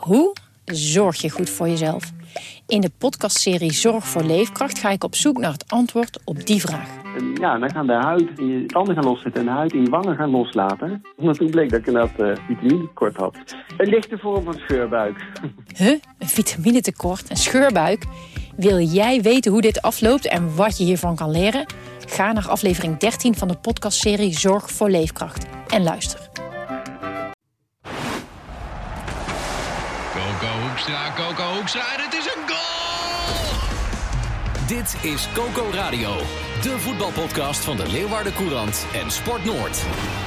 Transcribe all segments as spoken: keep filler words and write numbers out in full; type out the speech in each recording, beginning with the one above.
Hoe zorg je goed voor jezelf? In de podcastserie Zorg voor Leefkracht ga ik op zoek naar het antwoord op die vraag. En ja, dan gaan de huid in je tanden gaan loszetten en de huid in je wangen gaan loslaten. Omdat toen bleek dat ik inderdaad uh, vitaminetekort had. Een lichte vorm van scheurbuik. Huh? Een vitaminetekort? Een scheurbuik? Wil jij weten hoe dit afloopt en wat je hiervan kan leren? Ga naar aflevering dertien van de podcastserie Zorg voor Leefkracht en luister. Coco Hoekstra, Coco Hoekstra, het is een goal! Dit is Coco Radio, de voetbalpodcast van de Leeuwarden Courant en Sport Noord.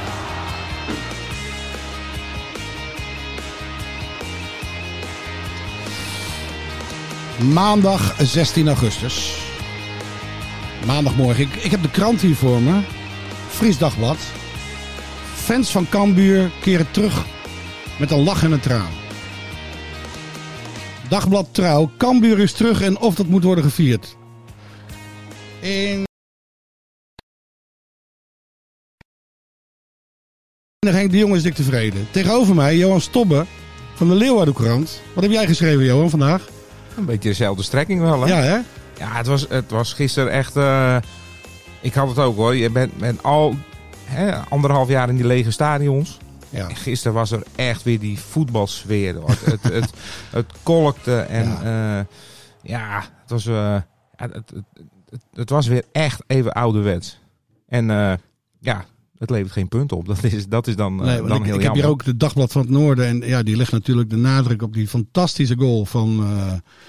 Maandag zestien augustus. Maandagmorgen. Ik, ik heb de krant hier voor me. Fries Dagblad. Fans van Cambuur keren terug met een lach en een traan. Dagblad Trouw. Cambuur is terug en of dat moet worden gevierd. In... Henk de Jong is dik tevreden. Tegenover mij Johan Stobbe van de Leeuwarden Courant. Wat heb jij geschreven, Johan, vandaag? Een beetje dezelfde strekking wel, hè? Ja, hè? Ja, het was, het was gisteren echt... Uh, ik had het ook, hoor. Je bent, bent al hè, anderhalf jaar in die lege stadions. Ja. Gisteren was er echt weer die voetbalsfeer. Het, het, het, het kolkte en... Ja, uh, ja het was... Uh, het, het, het, het was weer echt even ouderwets. En uh, ja... Het levert geen punten op. Dat is, dat is dan, nee, uh, dan ik, heel ik jammer. Ik heb hier ook de Dagblad van het Noorden. En ja, die legt natuurlijk de nadruk op die fantastische goal van, uh,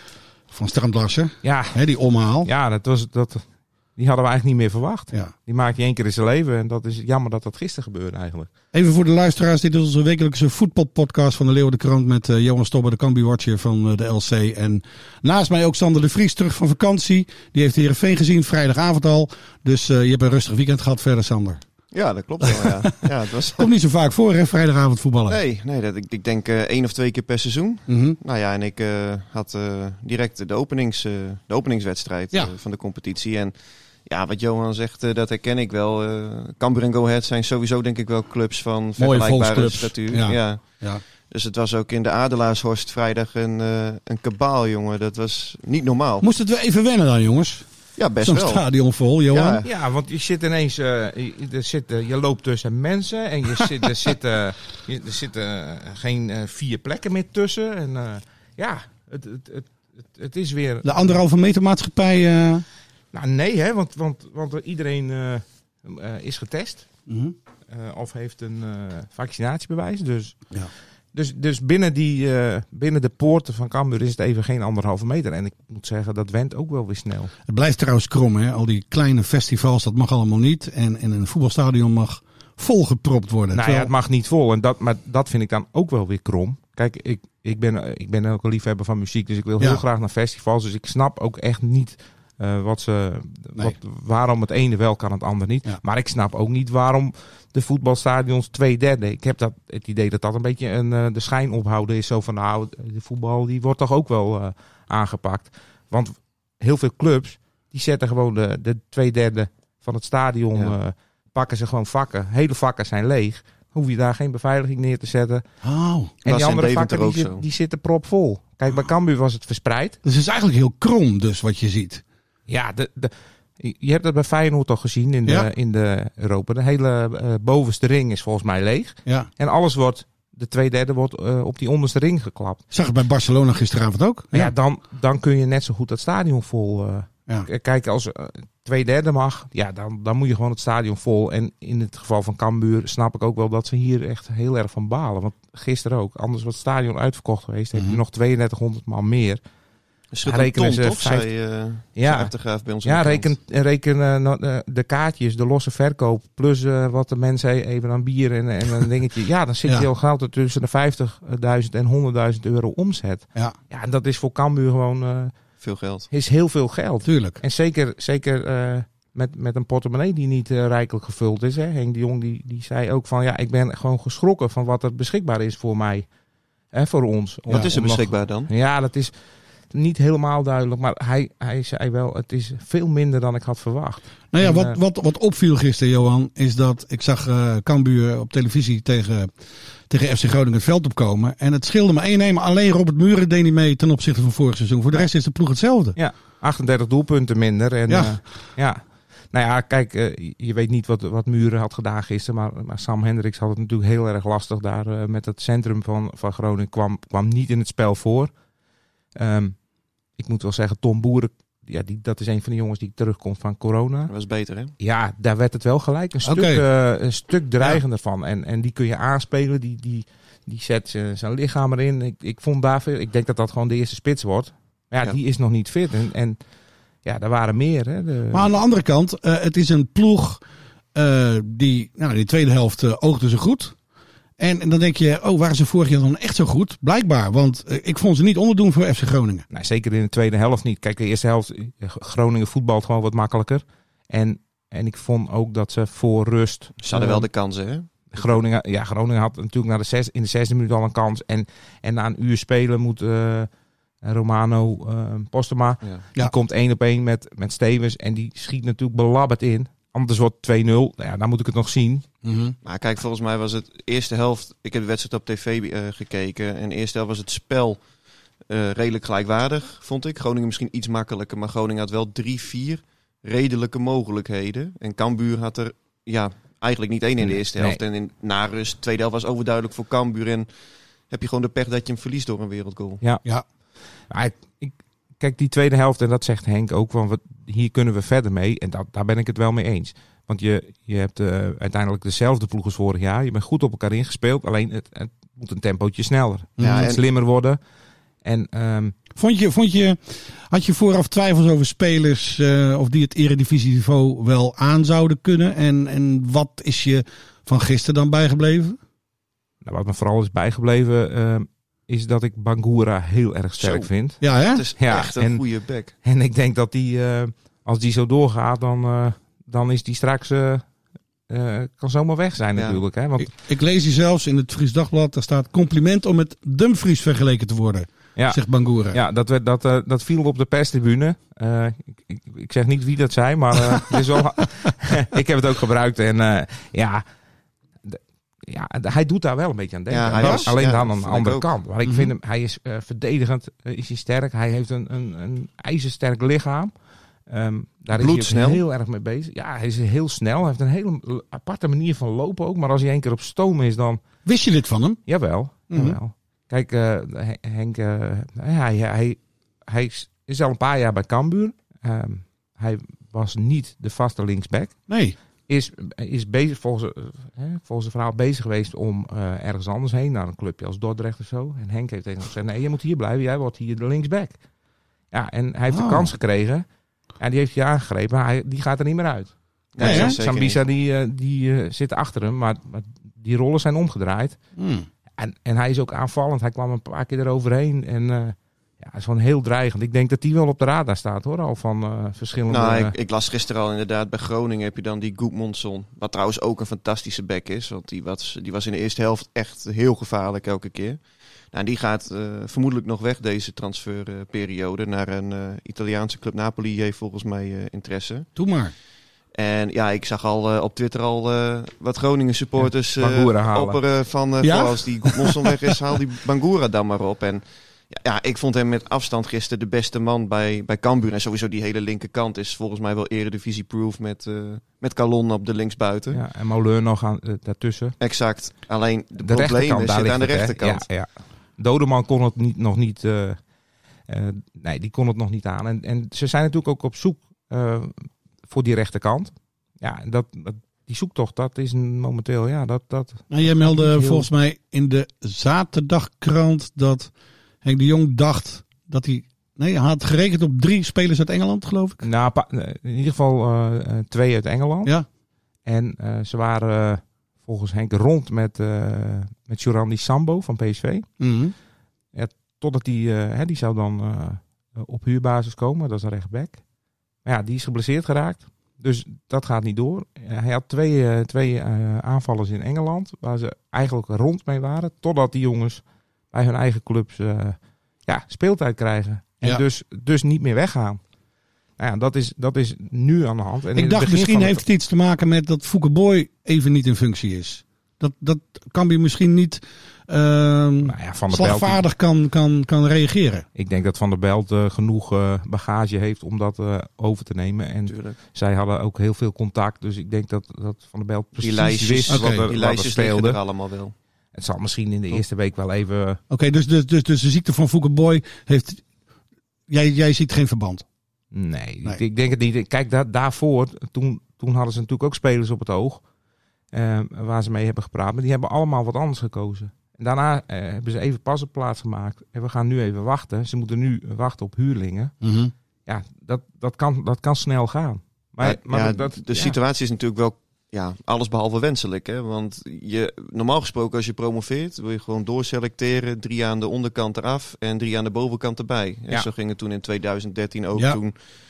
van Strand Larsen. Ja. Hè, die omhaal. Ja, dat was, dat, die hadden we eigenlijk niet meer verwacht. Ja. Die maakt je één keer in zijn leven. En dat is jammer dat dat gisteren gebeurde eigenlijk. Even voor de luisteraars. Dit is onze wekelijkse voetbalpodcast van de Leeuwarden Courant. Met uh, Johan Stobbe, de Cambuur-watcher van uh, de L C. En naast mij ook Sander de Vries, terug van vakantie. Die heeft Heerenveen gezien, vrijdagavond al. Dus uh, je hebt een rustig weekend gehad verder, Sander. Ja, dat klopt wel, ja. ja het was... Komt niet zo vaak voor, hè, vrijdagavond voetballen? Nee, nee dat, ik, ik denk uh, één of twee keer per seizoen. Mm-hmm. Nou ja, en ik uh, had uh, direct de, openings, uh, de openingswedstrijd ja. uh, van de competitie. En ja, wat Johan zegt, uh, dat herken ik wel. Uh, Cambuur en Go Ahead zijn sowieso denk ik wel clubs van vergelijkbare statuur. Ja. Ja. Ja. Dus het was ook in de Adelaarshorst vrijdag een, uh, een kabaal, jongen. Dat was niet normaal. Moest het wel even wennen dan, jongens? Ja, best Zo'n wel. Zo'n stadion vol, Johan. Ja, ja, want je zit ineens, uh, je, er zit, uh, je loopt tussen mensen en je zit, er, zitten, je, er zitten uh, geen uh, vier plekken meer tussen. En uh, ja, het, het, het, het, het is weer... De anderhalve meter maatschappij... Uh... Nou nee, hè, want, want, want iedereen uh, uh, is getest. Mm-hmm. Uh, of heeft een uh, vaccinatiebewijs, dus... Ja. Dus, dus binnen, die, uh, binnen de poorten van Cambuur is het even geen anderhalve meter. En ik moet zeggen, dat went ook wel weer snel. Het blijft trouwens krom, hè? Al die kleine festivals, dat mag allemaal niet. En, en een voetbalstadion mag volgepropt worden. Nou terwijl... ja, het mag niet vol. En dat, maar dat vind ik dan ook wel weer krom. Kijk, ik, ik, ben, ik ben ook een liefhebber van muziek. Dus ik wil heel ja. graag naar festivals. Dus ik snap ook echt niet uh, wat ze, nee. wat, waarom het ene wel kan, het ander niet. Ja. Maar ik snap ook niet waarom... de voetbalstadions twee derde. Ik heb dat, het idee dat dat een beetje een, uh, de schijn ophouden is. Zo van nou, de voetbal die wordt toch ook wel uh, aangepakt. Want heel veel clubs, die zetten gewoon de, de twee derde van het stadion, ja. uh, pakken ze gewoon vakken. Hele vakken zijn leeg. Hoef je daar geen beveiliging neer te zetten. Oh, en die andere vakken, die, die zitten propvol. Kijk, bij Cambuur was het verspreid. Dus het is eigenlijk heel krom dus wat je ziet. Ja, de... de Je hebt dat bij Feyenoord al gezien in de, ja. in de Europa. De hele uh, bovenste ring is volgens mij leeg. Ja. En alles wordt, de twee derde wordt uh, op die onderste ring geklapt. Zag het bij Barcelona gisteravond ook? Ja, ja dan, dan kun je net zo goed dat stadion vol. Uh, ja. k- kijk, als uh, twee derde mag, ja, dan, dan moet je gewoon het stadion vol. En in het geval van Cambuur snap ik ook wel dat ze hier echt heel erg van balen. Want gisteren ook, anders was het stadion uitverkocht geweest. Mm-hmm. Heb je nog tweeëndertighonderd man meer. Dus rekenen ze toch, vijf... zei uh, ja. Achtergraaf bij ons. Ja, reken, reken uh, de kaartjes, de losse verkoop, plus uh, wat de mensen even aan bier en, en een dingetje. Ja, dan zit ja. je al gauw tussen de vijftigduizend en honderdduizend euro omzet. Ja, ja en dat is voor Cambuur gewoon... Uh, veel geld. Is heel veel geld. Tuurlijk. En zeker, zeker uh, met, met een portemonnee die niet uh, rijkelijk gevuld is. Hè. Henk de Jong die, die zei ook van, ja, ik ben gewoon geschrokken van wat er beschikbaar is voor mij. Hè, voor ons. Wat ja, is er beschikbaar nog, dan? Ja, dat is... niet helemaal duidelijk. Maar hij, hij zei wel, het is veel minder dan ik had verwacht. Nou ja, en, wat, uh, wat, wat opviel gisteren, Johan, is dat ik zag uh, Cambuur op televisie tegen, tegen F C Groningen het veld opkomen. En het scheelde maar één, maar alleen Robert Muren deed niet mee ten opzichte van vorig seizoen. Voor de rest is de ploeg hetzelfde. Ja, achtendertig doelpunten minder. En, ja. Uh, ja. Nou ja, kijk, uh, je weet niet wat, wat Muren had gedaan gisteren. Maar, maar Sam Hendricks had het natuurlijk heel erg lastig daar uh, met het centrum van, van Groningen. Kwam, kwam niet in het spel voor. Um, ik moet wel zeggen, Tom Boeren, ja, die, dat is een van de jongens die terugkomt van corona. Dat was beter, hè? Ja, daar werd het wel gelijk een stuk, okay. uh, een stuk dreigender ja. van. En, en die kun je aanspelen, die, die, die zet zijn lichaam erin. Ik, ik vond daar veel, ik denk dat dat gewoon de eerste spits wordt. Maar ja, ja. die is nog niet fit. En, en ja, er waren meer. Hè, de... Maar aan de andere kant, uh, het is een ploeg uh, die, nou, die tweede helft uh, oogde ze goed. En, en dan denk je, oh, waren ze vorig jaar dan echt zo goed? Blijkbaar, want uh, ik vond ze niet onderdoen voor F C Groningen. Nou, zeker in de tweede helft niet. Kijk, de eerste helft, Groningen voetbalt gewoon wat makkelijker. En, en ik vond ook dat ze voor rust... Ze hadden uh, wel de kansen, hè? Groningen, ja, Groningen had natuurlijk na de zes, in de zesde minuut al een kans. En, en na een uur spelen moet uh, Romano uh, Postema... Ja. Die ja. komt één op één met, met Stevens en die schiet natuurlijk belabberd in. Anders wordt twee nul. Nou ja, dan moet ik het nog zien. Mm-hmm. Maar kijk, volgens mij was het eerste helft... Ik heb de wedstrijd op tv uh, gekeken. En de eerste helft was het spel uh, redelijk gelijkwaardig, vond ik. Groningen misschien iets makkelijker. Maar Groningen had wel drie, vier redelijke mogelijkheden. En Cambuur had er ja, eigenlijk niet één in de eerste helft. Nee. En in na rust, tweede helft was overduidelijk voor Cambuur. En heb je gewoon de pech dat je hem verliest door een wereldgoal. Ja, ja. Maar ik, kijk, die tweede helft, en dat zegt Henk ook, van hier kunnen we verder mee. En dat, daar ben ik het wel mee eens. Want je, je hebt uh, uiteindelijk dezelfde ploeg als vorig jaar. Je bent goed op elkaar ingespeeld. Alleen het, het moet een tempootje sneller. Ja, het moet en... slimmer worden. En, um... vond je, vond je, had je vooraf twijfels over spelers uh, of die het eredivisieniveau wel aan zouden kunnen? En, en wat is je van gisteren dan bijgebleven? Nou, wat me vooral is bijgebleven... Uh, is dat ik Bangura heel erg sterk zo. vind. Ja, hè? Het is ja, echt een en, goede back. En ik denk dat die, uh, als die zo doorgaat, dan, uh, dan is die straks... Uh, uh, kan zomaar weg zijn ja. natuurlijk. Hè? Want... Ik, ik lees hier zelfs in het Fries Dagblad, daar staat compliment om met Dumfries vergeleken te worden. Ja. Zegt Bangura. Ja, dat, werd, dat, uh, dat viel op de perstribune. Uh, ik, ik, ik zeg niet wie dat zei, maar uh, het is wel, ik heb het ook gebruikt. En uh, ja... Ja, hij doet daar wel een beetje aan denken. Ja, was, alleen ja, dan aan de andere kant. Maar ik mm-hmm. vind hem, hij is uh, verdedigend, uh, is hij sterk. Hij heeft een, een, een ijzersterk lichaam. Um, daar is hij heel erg mee bezig. Ja, hij is heel snel. Hij heeft een hele aparte manier van lopen ook. Maar als hij één keer op stoom is, dan... Wist je dit van hem? Jawel. Mm-hmm. jawel. Kijk, uh, Henk, uh, hij, hij, hij is al een paar jaar bij Cambuur. Um, hij was niet de vaste linksback. Nee. Is, is bezig, volgens, uh, volgens de verhaal bezig geweest om uh, ergens anders heen, naar een clubje als Dordrecht of zo. En Henk heeft tegen hem gezegd, nee, je moet hier blijven, jij wordt hier de linksback. Ja, en hij heeft oh. de kans gekregen. En die heeft hij aangegrepen, hij, die gaat er niet meer uit. Nee, ja, Sambisa die, uh, die uh, zit achter hem, maar, maar die rollen zijn omgedraaid. Hmm. En, en hij is ook aanvallend, hij kwam een paar keer eroverheen en... Uh, Ja, dat is gewoon heel dreigend. Ik denk dat die wel op de radar staat hoor, al van uh, verschillende... Nou, ik, ik las gisteren al inderdaad, bij Groningen heb je dan die Goedmondson. Wat trouwens ook een fantastische back is, want die was, die was in de eerste helft echt heel gevaarlijk elke keer. Nou, die gaat uh, vermoedelijk nog weg deze transferperiode uh, naar een uh, Italiaanse club. Napoli heeft volgens mij uh, interesse. Doe maar. En ja, ik zag al uh, op Twitter al uh, wat Groningen supporters ja, uh, opperen van uh, ja? als die Goedmondson weg is, haal die Bangura dan maar op. En Ja, ja, ik vond hem met afstand gisteren de beste man bij, bij Cambuur. En sowieso die hele linkerkant is volgens mij wel eredivisie-proof met, uh, met Calon op de linksbuiten. Ja, en Molleur nog aan, uh, daartussen. Exact. Alleen de, de problemen zitten aan de rechterkant. Ja, ja. Dodeman kon het niet, nog niet... Uh, uh, nee, die kon het nog niet aan. En, en ze zijn natuurlijk ook op zoek uh, voor die rechterkant. Ja, dat... dat die zoektocht, dat is momenteel... Ja, dat, dat, nou, jij meldde heel... volgens mij in de zaterdagkrant dat... Henk de Jong dacht dat hij... Nee, hij had gerekend op drie spelers uit Engeland, geloof ik. Nou, in ieder geval uh, twee uit Engeland. Ja. En uh, ze waren uh, volgens Henk rond met, uh, met Jorandi Sambo van P S V. Mm-hmm. Ja, totdat die... Uh, hè, die zou dan uh, op huurbasis komen. Dat is een rechtback. Maar ja, die is geblesseerd geraakt. Dus dat gaat niet door. Uh, hij had twee, uh, twee uh, aanvallers in Engeland. Waar ze eigenlijk rond mee waren. Totdat die jongens... bij hun eigen clubs uh, ja, speeltijd krijgen. En ja. dus, dus niet meer weggaan. Nou ja, dat is, dat is nu aan de hand. En ik dacht misschien heeft het iets te maken met dat Fouke Boy even niet in functie is. Dat, dat Cambuur misschien niet uh, nou ja, Van der slagvaardig Belt, kan, kan, kan reageren. Ik denk dat Van der Belt uh, genoeg uh, bagage heeft om dat uh, over te nemen. En Tuurlijk. zij hadden ook heel veel contact. Dus ik denk dat, dat Van der Belt precies die lijstjes, wist okay. wat er, die wat lijstjes er speelde. Er allemaal wel. Het zal misschien in de eerste week wel even... Oké, okay, dus, dus, dus, dus de ziekte van Fouke Boy heeft... Jij, jij ziet geen verband? Nee, nee. Ik, ik denk het niet. Kijk, da- daarvoor, toen, toen hadden ze natuurlijk ook spelers op het oog. Uh, waar ze mee hebben gepraat. Maar die hebben allemaal wat anders gekozen. En daarna uh, hebben ze even pas op plaats gemaakt. En we gaan nu even wachten. Ze moeten nu wachten op huurlingen. Mm-hmm. Ja, dat, dat, kan, dat kan snel gaan. Maar, ja, maar ja, dat, de ja. situatie is natuurlijk wel ja, alles behalve wenselijk. Hè? Want je, normaal gesproken als je promoveert, wil je gewoon doorselecteren. Drie aan de onderkant eraf en drie aan de bovenkant erbij. Ja. En zo ging het toen in twintig dertien ook. Ja. Toen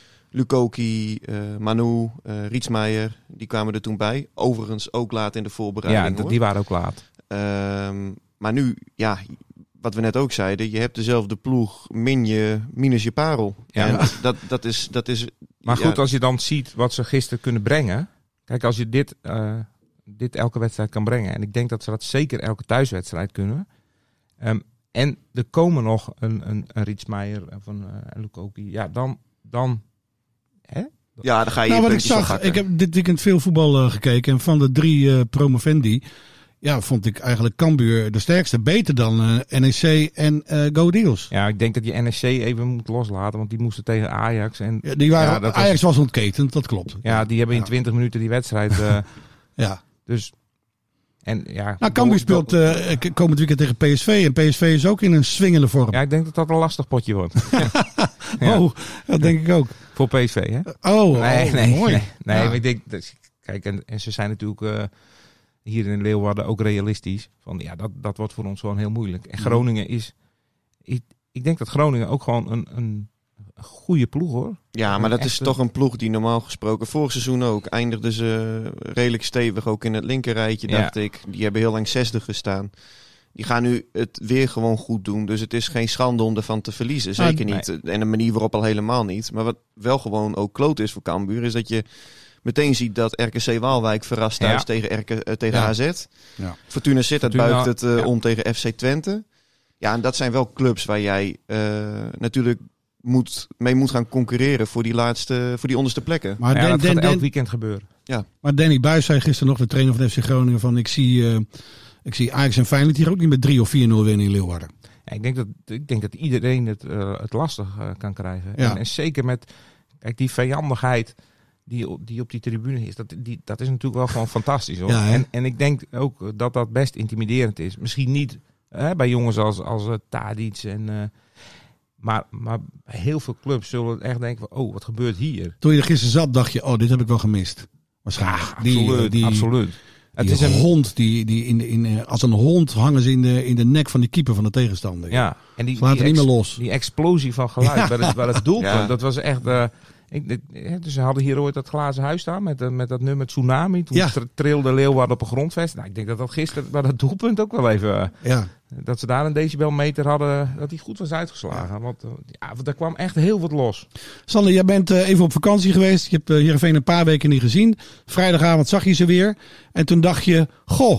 Lukoki, uh, Manu, uh, Rietsmeijer, die kwamen er toen bij. Overigens ook laat in de voorbereiding. Ja, hoor. Die waren ook laat. Um, maar nu, ja, wat we net ook zeiden, je hebt dezelfde ploeg min je, minus je parel. Ja. En dat, dat is, dat is, maar goed, ja. als je dan ziet wat ze gisteren kunnen brengen. Kijk, als je dit, uh, dit elke wedstrijd kan brengen. En ik denk dat ze dat zeker elke thuiswedstrijd kunnen. Um, en er komen nog een, een, een Rietsmeijer of een uh, Lukoki. Ja, dan... dan hè? Ja, dan ga je nou, wat ik zag, ik heb dit weekend veel voetbal uh, gekeken. En van de drie uh, promovendi, ja, vond ik eigenlijk Cambuur de sterkste. Beter dan uh, N E C en uh, Go Eagles. Ja, ik denk dat je N E C even moet loslaten. Want die moesten tegen Ajax. En, ja, die waren, ja, dat Ajax was, was ontketend, dat klopt. Ja, die hebben in ja. twintig minuten die wedstrijd. Uh, ja. Dus... En, ja, nou, Cambuur speelt uh, komend weekend tegen P S V. En P S V is ook in een swingende vorm. Ja, ik denk dat dat een lastig potje wordt. ja. Oh, dat denk ik ook. Voor P S V, hè? Oh, nee, oh nee, mooi. Nee, nee ja. maar ik denk... Dat, kijk, en, en ze zijn natuurlijk uh, hier in Leeuwarden ook realistisch. Van, ja, dat, dat wordt voor ons gewoon heel moeilijk. En Groningen is... Ik, ik denk dat Groningen ook gewoon een... een Een goede ploeg, hoor. Ja, maar dat is toch een ploeg die normaal gesproken vorig seizoen ook eindigden ze redelijk stevig ook in het linkerrijtje, dacht ja. ik. Die hebben heel lang zesde gestaan. Die gaan nu het weer gewoon goed doen. Dus het is geen schande om ervan te verliezen. Zeker ah, niet. Nee. En de manier waarop al helemaal niet. Maar wat wel gewoon ook kloot is voor Cambuur, is dat je meteen ziet dat R K C Waalwijk verrast thuis ja. tegen, R K, uh, tegen ja. A Z. Ja. Fortuna Sittard buigt het uh, ja. om tegen F C Twente. Ja, en dat zijn wel clubs waar jij uh, natuurlijk... Moet, mee moet gaan concurreren voor die laatste, voor die onderste plekken. Maar ja, Den, dat Den, gaat Den, elk weekend gebeuren. Ja. Maar Danny Buijs zei gisteren nog, de trainer van F C Groningen, van ik zie, uh, ik zie Ajax en Feyenoord hier ook niet met drie of vier nul winnen in Leeuwarden. Ja, ik denk dat ik denk dat iedereen het, uh, het lastig uh, kan krijgen. Ja. En, en zeker met kijk, die vijandigheid die, die op die tribune is, dat, die, dat is natuurlijk wel gewoon fantastisch, hoor. Ja, en, en ik denk ook dat dat best intimiderend is. Misschien niet uh, bij jongens als, als uh, Tadic en... Uh, Maar, maar heel veel clubs zullen echt denken van, oh, wat gebeurt hier? Toen je er gisteren zat, dacht je, oh, dit heb ik wel gemist. Waarschijnlijk. Ja, absoluut, die, die, absoluut. Het die is een hond, die, die in, in, als een hond hangen ze in de, in de nek van de keeper van de tegenstander. Ja, en die, ze laten die niet ex, meer los. Die explosie van geluid bij, het, bij het doelpunt, ja. dat was echt... Uh, ik, dit, dus ze hadden hier ooit dat glazen huis staan met, uh, met dat nummer Tsunami. Toen ja. trilde Leeuwarden op een grondvest. Nou, ik denk dat dat gisteren bij dat doelpunt ook wel even... Uh, ja. Dat ze daar een decibelmeter hadden, dat die goed was uitgeslagen. Ja. Want uh, ja, daar kwam echt heel wat los. Sander, jij bent uh, even op vakantie geweest. Je hebt uh, Heerenveen een paar weken niet gezien. Vrijdagavond zag je ze weer. En toen dacht je, goh,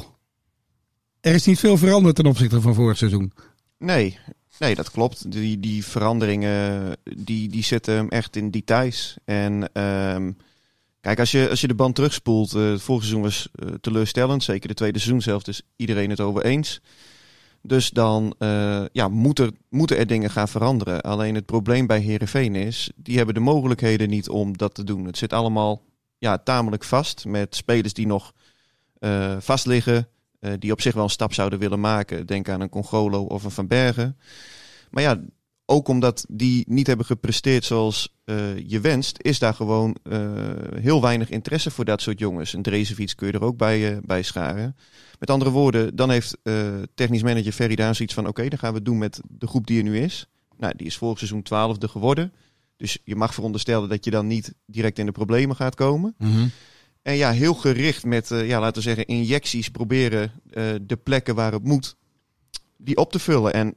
er is niet veel veranderd ten opzichte van vorig seizoen. Nee, nee, dat klopt. Die, die veranderingen, die, die zitten hem echt in details. En um, kijk, als je, als je de band terugspoelt, uh, het vorige seizoen was uh, teleurstellend. Zeker de tweede seizoen zelf, dus iedereen het over eens. Dus dan uh, ja, moet er, moeten er dingen gaan veranderen. Alleen het probleem bij Heerenveen is, die hebben de mogelijkheden niet om dat te doen. Het zit allemaal ja, tamelijk vast met spelers die nog uh, vast liggen. Uh, die op zich wel een stap zouden willen maken. Denk aan een Congolo of een Van Bergen. Maar ja, ook omdat die niet hebben gepresteerd zoals uh, je wenst, is daar gewoon uh, heel weinig interesse voor dat soort jongens. Een Drezefiets kun je er ook bij, uh, bij scharen. Met andere woorden, dan heeft uh, technisch manager Ferry daar zoiets van, oké, okay, dan gaan we het doen met de groep die er nu is. Nou, die is vorig seizoen twaalfde geworden. Dus je mag veronderstellen dat je dan niet direct in de problemen gaat komen. Mm-hmm. En ja, heel gericht met, uh, ja, laten we zeggen, injecties proberen uh, de plekken waar het moet, die op te vullen. En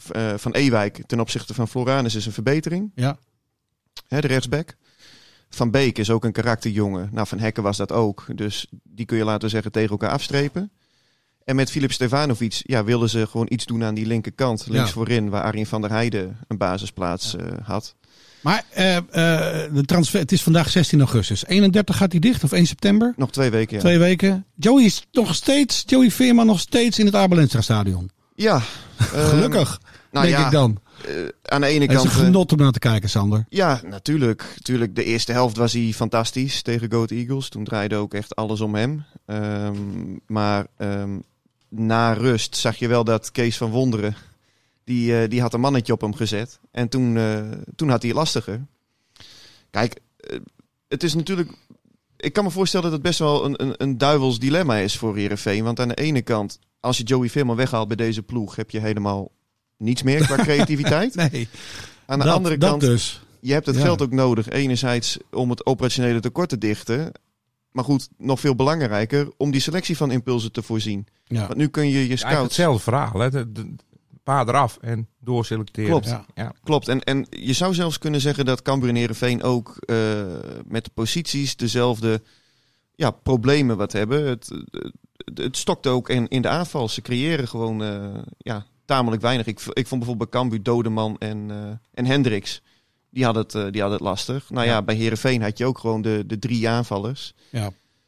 uh, van Ewijk ten opzichte van Floranus is een verbetering. Ja. Hè, de rechtsback. Van Beek is ook een karakterjongen. Nou, Van Hekken was dat ook. Dus die kun je laten zeggen tegen elkaar afstrepen. En met Filip Stevanovic ja, wilden ze gewoon iets doen aan die linkerkant. Links ja. voorin, waar Arjen van der Heijden een basisplaats uh, had. Maar uh, uh, de transfer, het is vandaag zestien augustus. eenendertig gaat hij dicht of één september? Nog twee weken, ja. Twee weken. Joey is nog steeds, Joey Veerman nog steeds in het Abelenstra stadion. Ja. Gelukkig, uh, nou denk ja, ik dan. Uh, aan de ene het kant... Het is een genot om naar te kijken, Sander. Ja, natuurlijk. natuurlijk. De eerste helft was hij fantastisch tegen Go Ahead Eagles. Toen draaide ook echt alles om hem. Um, maar um, na rust zag je wel dat Kees van Wonderen... Die, uh, die had een mannetje op hem gezet. En toen, uh, toen had hij het lastiger. Kijk, uh, het is natuurlijk... Ik kan me voorstellen dat het best wel een, een, een duivels dilemma is voor Heerenveen. Want aan de ene kant, als je Joey Veerman weghaalt bij deze ploeg... heb je helemaal niets meer qua creativiteit. Nee, aan de dat, andere dat kant, dus. je hebt het ja. geld ook nodig. Enerzijds om het operationele tekort te dichten. Maar goed, nog veel belangrijker... om die selectie van impulsen te voorzien. Ja. Want nu kun je je scouts... Ja, hetzelfde verhaal, hè. De, de, paar eraf en doorselecteren. Klopt, ja. Ja. Klopt. En, en je zou zelfs kunnen zeggen dat Cambuur en Heerenveen ook uh, met de posities dezelfde ja, problemen wat hebben. Het, het, het stokt ook in, in de aanval. Ze creëren gewoon uh, ja, tamelijk weinig. Ik, ik vond bijvoorbeeld bij Cambuur Dodeman en, uh, en Hendricks. Die hadden het, uh, die hadden het lastig. Nou ja, ja, bij Heerenveen had je ook gewoon de, de drie aanvallers. Ja.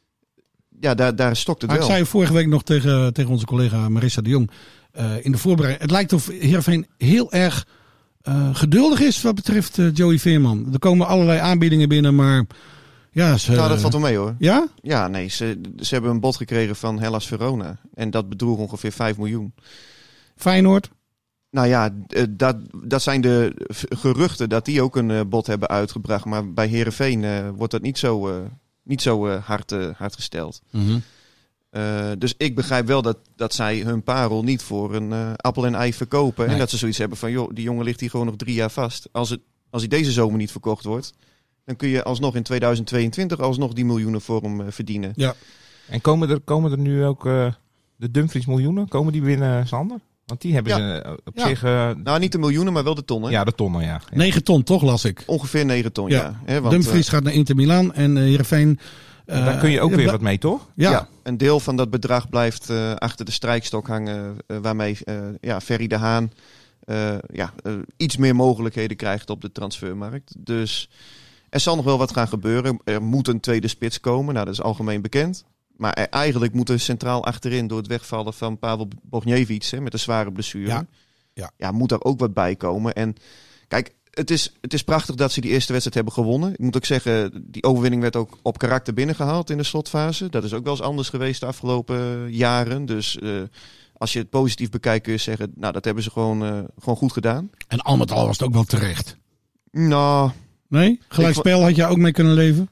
Ja, daar, daar stokt het maar wel. Ik zei vorige week nog tegen, tegen onze collega Marissa de Jong... Uh, in de voorbereiding. Het lijkt of Heerenveen heel erg uh, geduldig is wat betreft uh, Joey Veerman. Er komen allerlei aanbiedingen binnen, maar ja, ze... Nou, dat valt wel mee hoor. Ja? Ja, nee, ze, ze hebben een bod gekregen van Hellas Verona. En dat bedroeg ongeveer vijf miljoen. Feyenoord? Nou ja, dat, dat zijn de geruchten dat die ook een bod hebben uitgebracht. Maar bij Heerenveen uh, wordt dat niet zo, uh, niet zo uh, hard, uh, hard gesteld. Mm-hmm. Uh, dus ik begrijp wel dat, dat zij hun parel niet voor een uh, appel en ei verkopen. Nee. En dat ze zoiets hebben van, joh, die jongen ligt hier gewoon nog drie jaar vast. Als, het, als hij deze zomer niet verkocht wordt, dan kun je alsnog in tweeduizend tweeëntwintig alsnog die miljoenen voor hem uh, verdienen. Ja. En komen er, komen er nu ook uh, de Dumfries miljoenen? Komen die binnen, Sander? Want die hebben ja. ze op ja. zich... Uh, nou, niet de miljoenen, maar wel de tonnen. Ja, de tonnen, ja. ja. Negen ton, toch, las ik? Ongeveer negen ton, ja. ja. Hè, want, Dumfries uh, gaat naar Inter Milaan en uh, Heerenveen... Uh, Daar kun je ook uh, weer wat mee, toch? Ja. ja, een deel van dat bedrag blijft uh, achter de strijkstok hangen, uh, waarmee uh, ja, Ferry de Haan uh, ja, uh, iets meer mogelijkheden krijgt op de transfermarkt. Dus er zal nog wel wat gaan gebeuren. Er moet een tweede spits komen, nou, dat is algemeen bekend. Maar er eigenlijk moet er centraal achterin, door het wegvallen van Pavel Bogniewicz hè, met een zware blessure, ja. Ja. Ja, moet er ook wat bij komen. En kijk, Het is, het is prachtig dat ze die eerste wedstrijd hebben gewonnen. Ik moet ook zeggen, die overwinning werd ook op karakter binnengehaald in de slotfase. Dat is ook wel eens anders geweest de afgelopen jaren. Dus uh, als je het positief bekijkt kun je zeggen, nou dat hebben ze gewoon, uh, gewoon goed gedaan. En al met al was het ook wel terecht. Nou... Nee? Gelijkspel had je ook mee kunnen leven?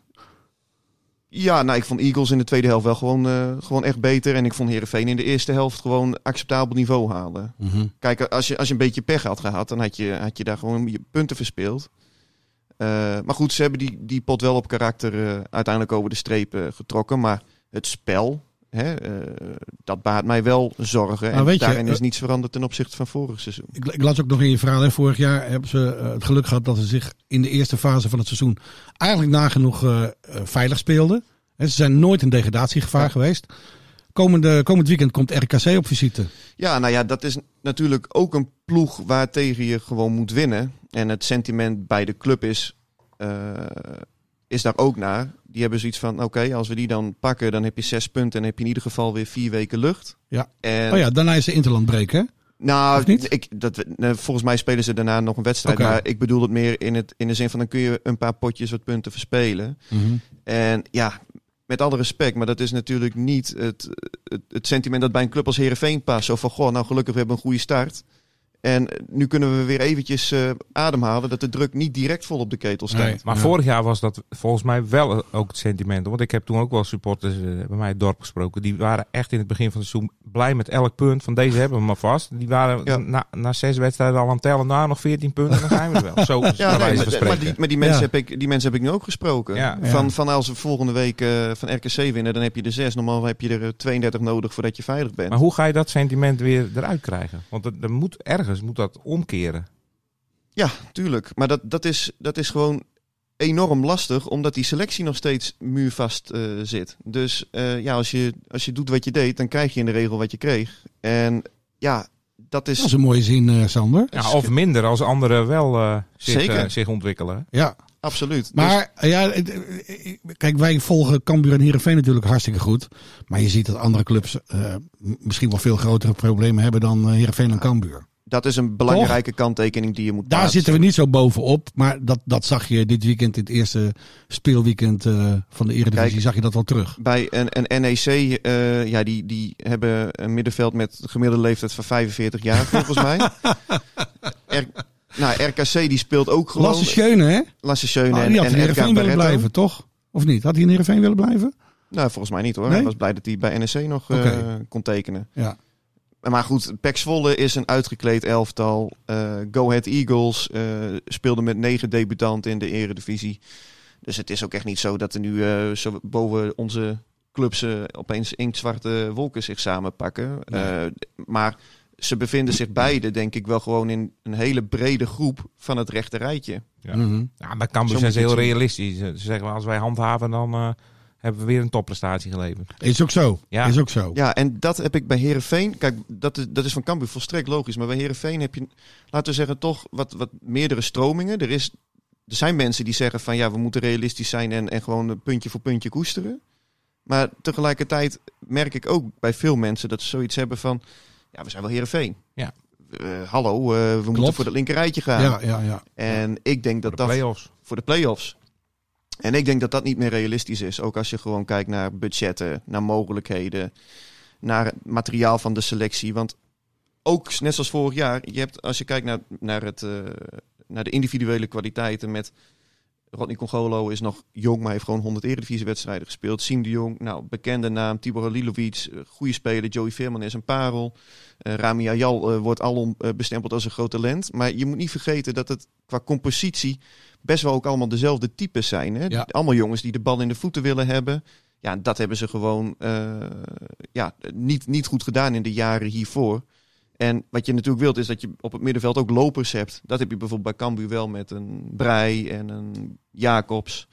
Ja, nou ik vond Eagles in de tweede helft wel gewoon, uh, gewoon echt beter. En ik vond Heerenveen in de eerste helft gewoon acceptabel niveau halen. Mm-hmm. Kijk, als je, als je een beetje pech had gehad, dan had je, had je daar gewoon je punten verspeeld. Uh, maar goed, ze hebben die, die pot wel op karakter uh, uiteindelijk over de streep uh, getrokken. Maar het spel, hè, uh, dat baart mij wel zorgen. Maar en daarin je, is niets veranderd ten opzichte van vorig seizoen. Ik, ik las ook nog in je verhaal, hè, vorig jaar hebben ze uh, het geluk gehad dat ze zich in de eerste fase van het seizoen eigenlijk nagenoeg uh, uh, veilig speelden. He, ze zijn nooit in degradatiegevaar ja. geweest. Komende, komend weekend komt R K C op visite. Ja, nou ja, dat is natuurlijk ook een ploeg waar tegen je gewoon moet winnen. En het sentiment bij de club is, uh, is daar ook naar. Die hebben zoiets van, oké, okay, als we die dan pakken, dan heb je zes punten en heb je in ieder geval weer vier weken lucht. Ja. En... Oh ja, daarna is de Interland break, hè? Nou, ik, dat, volgens mij spelen ze daarna nog een wedstrijd. Okay. Maar ik bedoel het meer in, het, in de zin van, dan kun je een paar potjes wat punten verspelen. Mm-hmm. En ja, met alle respect, maar dat is natuurlijk niet het, het, het sentiment dat bij een club als Heerenveen past. Zo van, goh, nou gelukkig we hebben een goede start. En nu kunnen we weer eventjes uh, ademhalen dat de druk niet direct vol op de ketel staat. Nee, maar ja. vorig jaar was dat volgens mij wel ook het sentiment. Want ik heb toen ook wel supporters uh, bij mij het dorp gesproken. Die waren echt in het begin van het seizoen blij met elk punt. Van deze hebben we maar vast. Die waren ja. na, na zes wedstrijden al aan het tellen. Nou, nog veertien punten, dan zijn we er wel. Zo, ja, nee, maar, maar, die, maar die, mensen ja. heb ik, die mensen heb ik nu ook gesproken. Ja. Van, ja. van als we volgende week uh, van R K C winnen, dan heb je er zes. Normaal heb je er tweeëndertig nodig voordat je veilig bent. Maar hoe ga je dat sentiment weer eruit krijgen? Want er, er moet ergens ergens moet dat omkeren. Ja, tuurlijk. Maar dat, dat, is, dat is gewoon enorm lastig, omdat die selectie nog steeds muurvast uh, zit. Dus uh, ja, als je, als je doet wat je deed, dan krijg je in de regel wat je kreeg. En ja, dat is... Dat is een mooie zin, uh, Sander. Ja, of minder als anderen wel uh, zich, Zeker. Uh, zich ontwikkelen. Ja. Absoluut. Maar dus... ja, kijk, wij volgen Cambuur en Heerenveen natuurlijk hartstikke goed. Maar je ziet dat andere clubs uh, misschien wel veel grotere problemen hebben dan Heerenveen en Cambuur. Dat is een belangrijke Toch? kanttekening die je moet Daar plaatsen. zitten we niet zo bovenop. Maar dat, dat zag je dit weekend, in het eerste speelweekend uh, van de Eredivisie, Kijk, zag je dat wel terug. Bij een, een N E C, uh, ja, die, die hebben een middenveld met gemiddelde leeftijd van vijfenveertig jaar volgens mij. Er, nou, R K C die speelt ook gewoon... Lasse Schöne, hè? Lasse Schöne oh, en, die had in Heerenveen willen blijven, Barretto. toch? Of niet? Had hij in Heerenveen willen blijven? Nou, volgens mij niet hoor. Nee? Hij was blij dat hij bij N E C nog uh, okay. kon tekenen. Ja. Maar goed, P E C Zwolle is een uitgekleed elftal. Uh, Go Ahead Eagles uh, speelde met negen debutanten in de Eredivisie. Dus het is ook echt niet zo dat er nu uh, zo boven onze clubs uh, opeens inktzwarte wolken zich samenpakken. Nee. Uh, maar ze bevinden zich beide, denk ik, wel gewoon in een hele brede groep van het rechte rijtje. Ja, mm-hmm. ja maar Cambuur zijn ze heel realistisch. Ze zeggen, als wij handhaven, dan... Uh... hebben we weer een topprestatie geleverd. Is ook zo. Ja. Is ook zo. Ja, en dat heb ik bij Heerenveen. Kijk, dat is, dat is van Cambuur volstrekt logisch. Maar bij Heerenveen heb je, laten we zeggen, toch wat, wat meerdere stromingen. Er, is, er zijn mensen die zeggen van ja, we moeten realistisch zijn en, en gewoon puntje voor puntje koesteren. Maar tegelijkertijd merk ik ook bij veel mensen dat ze zoiets hebben van ja, we zijn wel Heerenveen. Ja. Uh, hallo, uh, we Klopt. moeten voor het linkerrijtje gaan. Ja, ja, ja. En ik denk dat voor de dat... play-offs. Voor de play-offs. En ik denk dat dat niet meer realistisch is. Ook als je gewoon kijkt naar budgetten, naar mogelijkheden, naar het materiaal van de selectie. Want ook, net zoals vorig jaar, je hebt, als je kijkt naar, naar, het, uh, naar de individuele kwaliteiten met... Rodney Congolo is nog jong, maar heeft gewoon honderd Eredivisiewedstrijden gespeeld. Siem de Jong, nou, bekende naam. Tibor Halilovic, goede speler. Joey Veerman is een parel. Uh, Rami Ayal uh, wordt alom uh, bestempeld als een groot talent. Maar je moet niet vergeten dat het qua compositie best wel ook allemaal dezelfde types zijn. Hè? Ja. Allemaal jongens die de bal in de voeten willen hebben. Ja, dat hebben ze gewoon uh, ja, niet, niet goed gedaan in de jaren hiervoor. En wat je natuurlijk wilt is dat je op het middenveld ook lopers hebt. Dat heb je bijvoorbeeld bij Cambuur wel met een Breij en een Jacobs.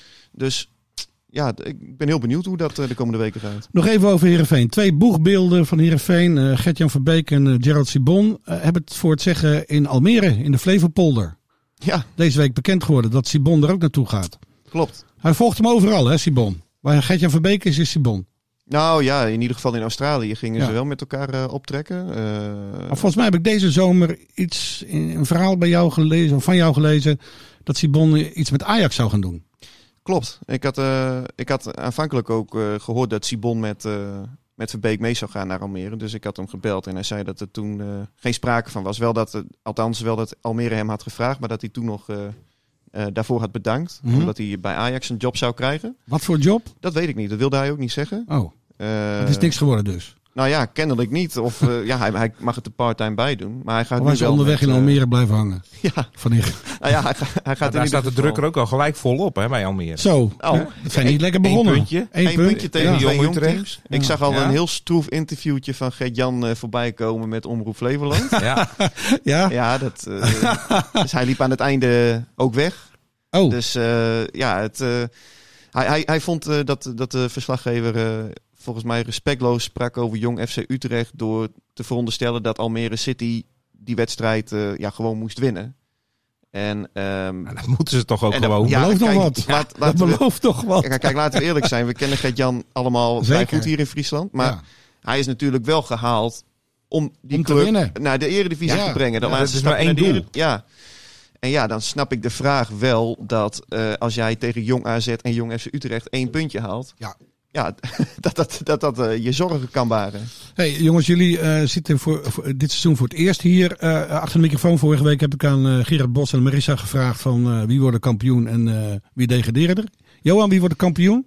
Dus ja, ik ben heel benieuwd hoe dat de komende weken gaat. Nog even over Heerenveen. Twee boegbeelden van Heerenveen, uh, Gert-Jan Verbeek en uh, Gerald Sibon, uh, hebben het voor het zeggen in Almere, in de Flevopolder. Ja. Deze week bekend geworden dat Sibon er ook naartoe gaat. Klopt. Hij volgt hem overal, hè, Sibon. Waar Gert-Jan Verbeek is, is Sibon. Nou ja, in ieder geval in Australië gingen ja. ze wel met elkaar uh, optrekken. Uh, maar volgens mij heb ik deze zomer iets, een verhaal bij jou gelezen, of van jou gelezen, dat Sibon iets met Ajax zou gaan doen. Klopt. Ik had, uh, ik had aanvankelijk ook uh, gehoord dat Sibon met, uh, met Verbeek mee zou gaan naar Almere. Dus ik had hem gebeld en hij zei dat er toen uh, geen sprake van was. Wel dat, uh, althans wel dat Almere hem had gevraagd, maar dat hij toen nog... Uh, Uh, daarvoor had bedankt. Mm-hmm. Omdat hij bij Ajax een job zou krijgen. Wat voor job? Dat weet ik niet. Dat wilde hij ook niet zeggen. Oh, uh, het is niks geworden dus. Nou ja, kennelijk niet. Of uh, ja, hij, hij mag het er part-time bij doen. Maar hij gaat of hij is nu wel onderweg met, in Almere uh, blijven hangen. Ja. Vanneer. Nou ja, hij, hij gaat daar staat de druk er ook al gelijk volop hè, bij Almere. Zo, oh, dat zijn niet lekker begonnen. Eén puntje. Eén punt. puntje tegen ja. Jong Utrecht. Ja. Ik zag al ja. een heel stroef interviewtje van Gert-Jan uh, voorbij komen met Omroep Flevoland. Ja. ja. Ja, dat, uh, dus hij liep aan het einde ook weg. Oh. Dus uh, ja, het, uh, hij, hij, hij vond uh, dat, dat de verslaggever uh, volgens mij respectloos sprak over Jong F C Utrecht door te veronderstellen dat Almere City die wedstrijd uh, ja, gewoon moest winnen. En, um, nou, dat moeten ze toch ook en gewoon. Dat ja, belooft nog wat. Ja, laat, dat belooft toch wat. Kijk, kijk, laten we eerlijk zijn. We kennen Gert-Jan allemaal vrij goed hier in Friesland. Maar ja. hij is natuurlijk wel gehaald om die om club naar de Eredivisie ja. te brengen. Dat ja, is maar één doel. De, ja. En ja, dan snap ik de vraag wel dat uh, als jij tegen Jong A Z en Jong F C Utrecht één puntje haalt, ja, ja dat dat, dat, dat uh, je zorgen kan baren. Hey jongens, jullie uh, zitten voor, voor dit seizoen voor het eerst hier uh, achter de microfoon. Vorige week heb ik aan uh, Gerard Bos en Marissa gevraagd van uh, wie wordt kampioen en uh, wie degraderen er. Johan, wie wordt de kampioen?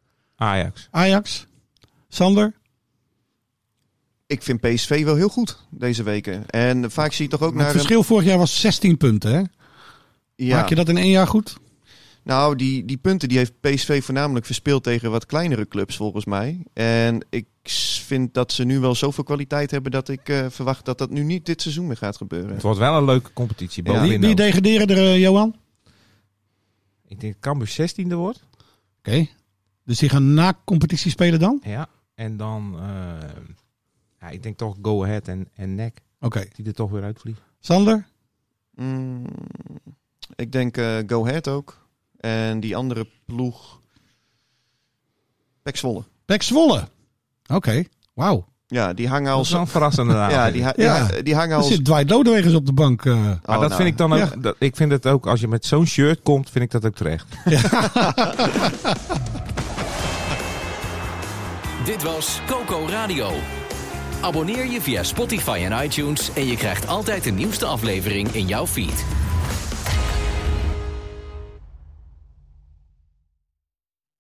Ajax. Ajax. Sander? Ik vind P S V wel heel goed deze weken. En vaak zie je toch ook maar naar... Het verschil een... vorig jaar was zestien punten, hè? Ja. Maak je dat in één jaar goed? Nou, die, die punten die heeft P S V voornamelijk verspeeld tegen wat kleinere clubs volgens mij. En ik vind dat ze nu wel zoveel kwaliteit hebben dat ik uh, verwacht dat dat nu niet dit seizoen meer gaat gebeuren. Het wordt wel een leuke competitie. Ja. Wie, wie degraderen er, uh, Johan? Ik denk dat Cambuur zestiende wordt. Oké. Okay. Dus die gaan na competitie spelen dan? Ja. En dan, uh, ja, ik denk toch Go Ahead en, en N E C. Oké. Okay. Die er toch weer uitvliegen. Sander? Mm, ik denk uh, Go Ahead ook. En die andere ploeg... Pek Zwolle. Pek Zwolle? Oké. Okay. Wauw. Ja, die hangen als... Dat is wel verrassend inderdaad. ja, die, ha- ja. die, die hangen als... Er zit Dwight Lodewegers op de bank. Uh. Maar oh, dat nou. vind ik dan ook... Ja. Dat, ik vind het ook, als je met zo'n shirt komt, vind ik dat ook terecht. Ja. Dit was Coco Radio. Abonneer je via Spotify en iTunes en je krijgt altijd de nieuwste aflevering in jouw feed.